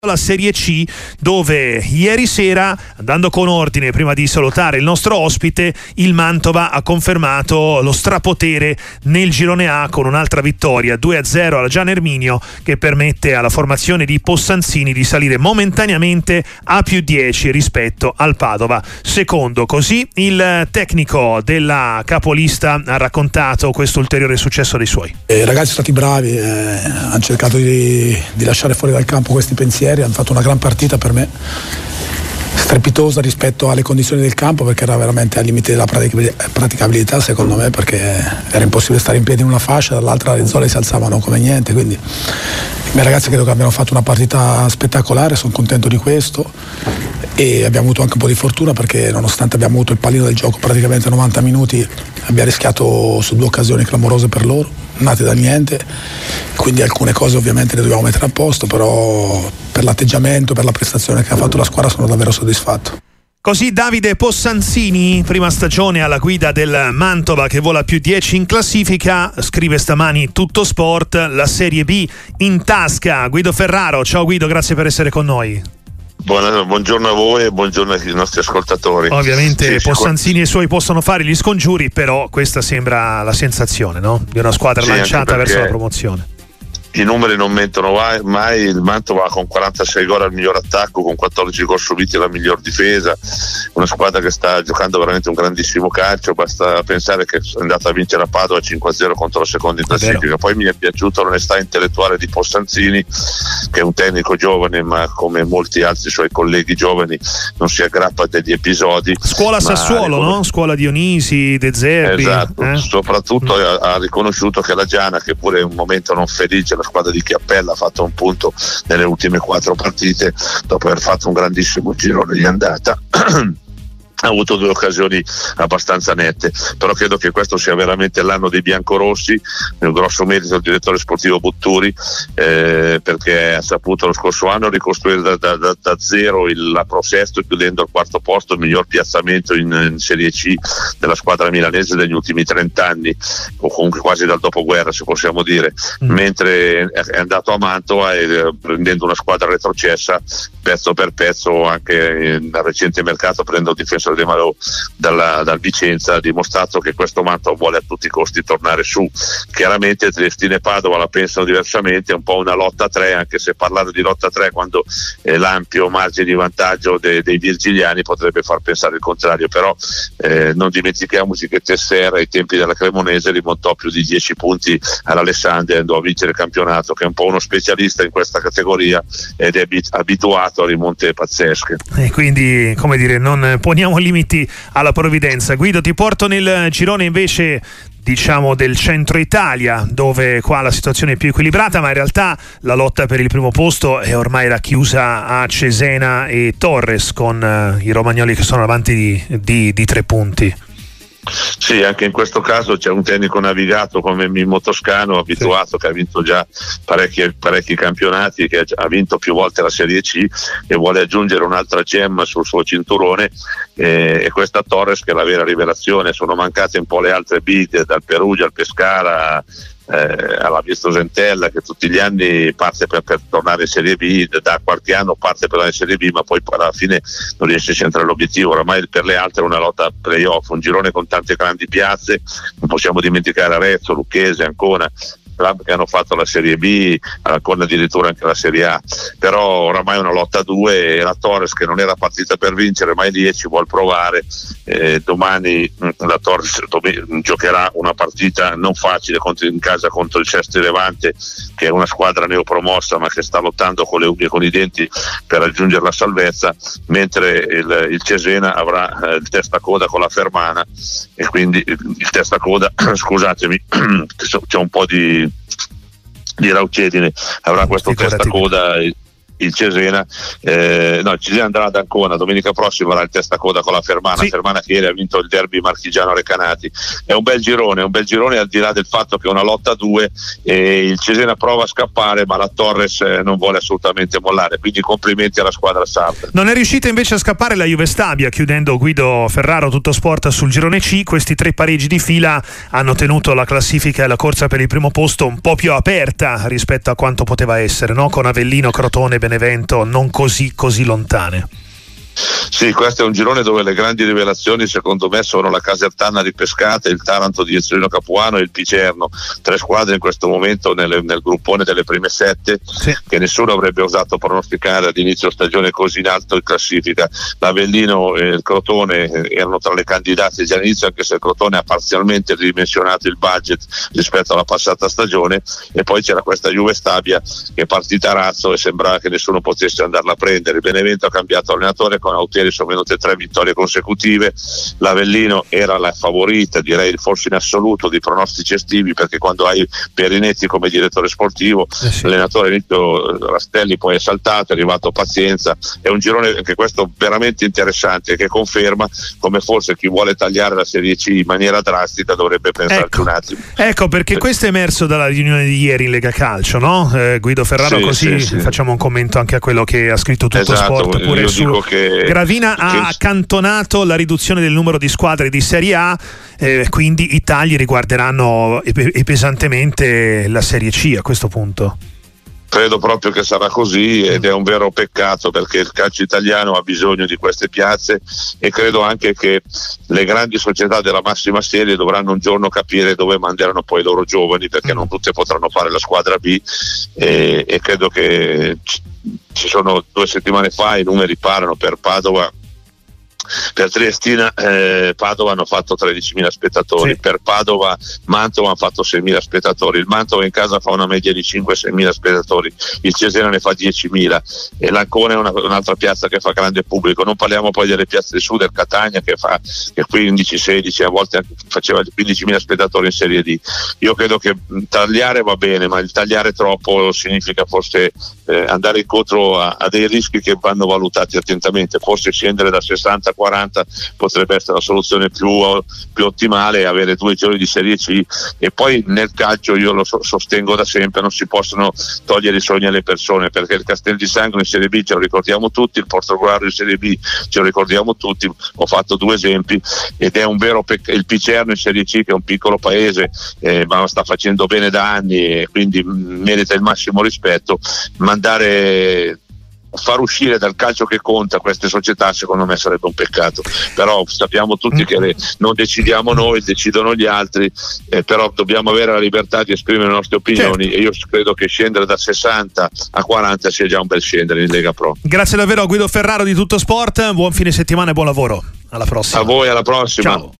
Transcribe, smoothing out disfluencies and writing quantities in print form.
la Serie C, dove ieri sera, andando con ordine prima di salutare il nostro ospite, il Mantova ha confermato lo strapotere nel girone A con un'altra vittoria 2-0 alla Gian Erminio, che permette alla formazione di Possanzini di salire momentaneamente a +10 rispetto al Padova secondo. Così il tecnico della capolista ha raccontato questo ulteriore successo dei suoi. I ragazzi sono stati bravi, hanno cercato di lasciare fuori dal campo questi pensieri, hanno fatto una gran partita per me, strepitosa rispetto alle condizioni del campo, perché era veramente al limite della praticabilità secondo me, perché era impossibile stare in piedi in una fascia, dall'altra le zone si alzavano come niente, quindi i miei ragazzi credo che abbiano fatto una partita spettacolare, sono contento di questo, e abbiamo avuto anche un po' di fortuna perché nonostante abbiamo avuto il pallino del gioco praticamente 90 minuti abbiamo rischiato su 2 occasioni clamorose per loro, nate da niente, quindi alcune cose ovviamente le dobbiamo mettere a posto, però per l'atteggiamento, per la prestazione che ha fatto la squadra sono davvero soddisfatto. Così Davide Possanzini, prima stagione alla guida del Mantova che vola +10 in classifica, scrive stamani Tutto Sport, la Serie B in tasca. Guido Ferraro, ciao Guido, grazie per essere con noi. Buongiorno a voi e buongiorno ai nostri ascoltatori. Ovviamente sì, Possanzini e i suoi possono fare gli scongiuri, però questa sembra la sensazione, no? Di una squadra lanciata verso la promozione. I numeri non mentono mai, il Mantova con 46 gol al miglior attacco, con 14 gol subiti la miglior difesa, una squadra che sta giocando veramente un grandissimo calcio, basta pensare che è andata a vincere a Padova 5-0 contro la seconda in classifica. Poi mi è piaciuta l'onestà intellettuale di Possanzini, che è un tecnico giovane, ma come molti altri suoi colleghi giovani non si aggrappa a degli episodi. Scuola Sassuolo, no? Scuola Dionisi, De Zerbi. Esatto, soprattutto ha riconosciuto che la Giana, che pure è un momento non felice, la squadra di Chiappella ha fatto un punto nelle ultime 4 partite dopo aver fatto un grandissimo girone di andata. Ha avuto 2 occasioni abbastanza nette, però credo che questo sia veramente l'anno dei biancorossi, un grosso merito del direttore sportivo Butturi, perché ha saputo lo scorso anno ricostruire da zero la Prosesto, chiudendo al 4º posto, il miglior piazzamento in Serie C della squadra milanese degli ultimi 30 anni, o comunque quasi dal dopoguerra se possiamo dire, mentre è andato a Mantova e prendendo una squadra retrocessa pezzo per pezzo, anche nel recente mercato prendendo il difensore De Malò dal Vicenza, ha dimostrato che questo Mantova vuole a tutti i costi tornare su. Chiaramente Triestina e Padova la pensano diversamente, è un po' una lotta a 3, anche se parlare di lotta a 3 quando l'ampio margine di vantaggio dei virgiliani potrebbe far pensare il contrario, però non dimentichiamoci che Tessera ai tempi della Cremonese rimontò più di 10 punti all'Alessandria e andò a vincere il campionato, che è un po' uno specialista in questa categoria ed è abituato a rimonte pazzesche. E quindi, come dire, non poniamo limiti alla provvidenza. Guido, ti porto nel girone invece, diciamo, del centro Italia, dove qua la situazione è più equilibrata, ma in realtà la lotta per il primo posto è ormai racchiusa a Cesena e Torres, con i romagnoli che sono avanti di 3 punti. Sì, anche in questo caso c'è un tecnico navigato come Mimmo Toscano, abituato, che ha vinto già parecchi campionati, che ha vinto più volte la Serie C e vuole aggiungere un'altra gemma sul suo cinturone, e questa Torres, che è la vera rivelazione. Sono mancate un po' le altre big, dal Perugia al Pescara, alla Visto Zentella, che tutti gli anni parte per tornare in Serie B, da qualche anno parte per la Serie B, ma poi alla fine non riesce a centrare l'obiettivo. Oramai per le altre è una lotta a playoff, un girone con tante grandi piazze, non possiamo dimenticare Arezzo, Lucchese, Ancona, che hanno fatto la Serie B, con addirittura anche la Serie A, però oramai è una lotta a 2 e la Torres, che non era partita per vincere mai lì e ci vuol provare. Domani la Torres giocherà una partita non facile in casa contro il Sestri Levante, che è una squadra neopromossa ma che sta lottando con le unghie e con i denti per raggiungere la salvezza, mentre il Cesena avrà il testacoda con la Fermana, e quindi il testacoda scusatemi c'è un po' di raucedine, avrà questo testacoda il Cesena. Il Cesena andrà ad Ancona domenica prossima, avrà il testacoda con la Fermana, sì. Fermana che ieri ha vinto il derby marchigiano Recanati. È un bel girone al di là del fatto che è una lotta a 2 e il Cesena prova a scappare, ma la Torres non vuole assolutamente mollare, quindi complimenti alla squadra sarda. Non è riuscita invece a scappare la Juve Stabia, chiudendo Guido Ferraro Tutto Sport sul girone C. Questi 3 pareggi di fila hanno tenuto la classifica e la corsa per il primo posto un po' più aperta rispetto a quanto poteva essere, no? Con Avellino, Crotone, Benevento non così lontane. Sì, questo è un girone dove le grandi rivelazioni secondo me sono la Casertana ripescata, il Taranto di Ezzolino Capuano e il Picerno, 3 squadre in questo momento nel gruppone delle prime 7, sì, che nessuno avrebbe osato pronosticare ad inizio stagione così in alto in classifica. L'Avellino e il Crotone erano tra le candidate già all'inizio, anche se il Crotone ha parzialmente ridimensionato il budget rispetto alla passata stagione, e poi c'era questa Juve Stabia che è partita a razzo e sembrava che nessuno potesse andarla a prendere. Il Benevento ha cambiato allenatore, con Autieri sono venute 3 vittorie consecutive. L'Avellino era la favorita, direi forse in assoluto, di pronostici estivi, perché quando hai Perinetti come direttore sportivo, sì, l'allenatore Nito Rastelli poi è saltato, è arrivato Pazienza. È un girone anche questo veramente interessante, che conferma come forse chi vuole tagliare la Serie C in maniera drastica dovrebbe pensarci un attimo. Ecco perché questo è emerso dalla riunione di ieri in Lega Calcio, no? Guido Ferraro, sì, così sì, facciamo un commento anche a quello che ha scritto Tutto Sport pure su Gravina. Ha accantonato la riduzione del numero di squadre di Serie A, quindi i tagli riguarderanno pesantemente la Serie C a questo punto. Credo proprio che sarà così, ed è un vero peccato, perché il calcio italiano ha bisogno di queste piazze, e credo anche che le grandi società della massima serie dovranno un giorno capire dove manderanno poi i loro giovani, perché non tutte potranno fare la squadra B, e credo che ci sono 2 settimane fa i numeri parlano. Per Padova, per Triestina, Padova hanno fatto 13.000 spettatori, sì, per Padova Mantova hanno fatto 6.000 spettatori, il Mantova in casa fa una media di 5-6.000 spettatori, il Cesena ne fa 10.000, e l'Ancona è un'altra piazza che fa grande pubblico. Non parliamo poi delle piazze del sud, del Catania che 15-16, a volte faceva 15.000 spettatori in Serie D. Io credo che tagliare va bene, ma il tagliare troppo significa forse andare incontro a dei rischi che vanno valutati attentamente. Forse scendere da 60 a 40 potrebbe essere la soluzione più ottimale, avere 2 gironi di Serie C. E poi nel calcio, io lo sostengo da sempre, non si possono togliere i sogni alle persone, perché il Castel di Sangro in Serie B ce lo ricordiamo tutti, il Portogruaro in Serie B ce lo ricordiamo tutti, ho fatto 2 esempi, ed è un vero il Picerno in Serie C, che è un piccolo paese, ma sta facendo bene da anni e quindi merita il massimo rispetto. Far uscire dal calcio che conta queste società secondo me sarebbe un peccato, però sappiamo tutti che non decidiamo noi, decidono gli altri, però dobbiamo avere la libertà di esprimere le nostre opinioni, certo. E io credo che scendere da 60 a 40 sia già un bel scendere in Lega Pro. Grazie davvero a Guido Ferraro di Tutto Sport, buon fine settimana e buon lavoro, alla prossima. A voi, alla prossima. Ciao.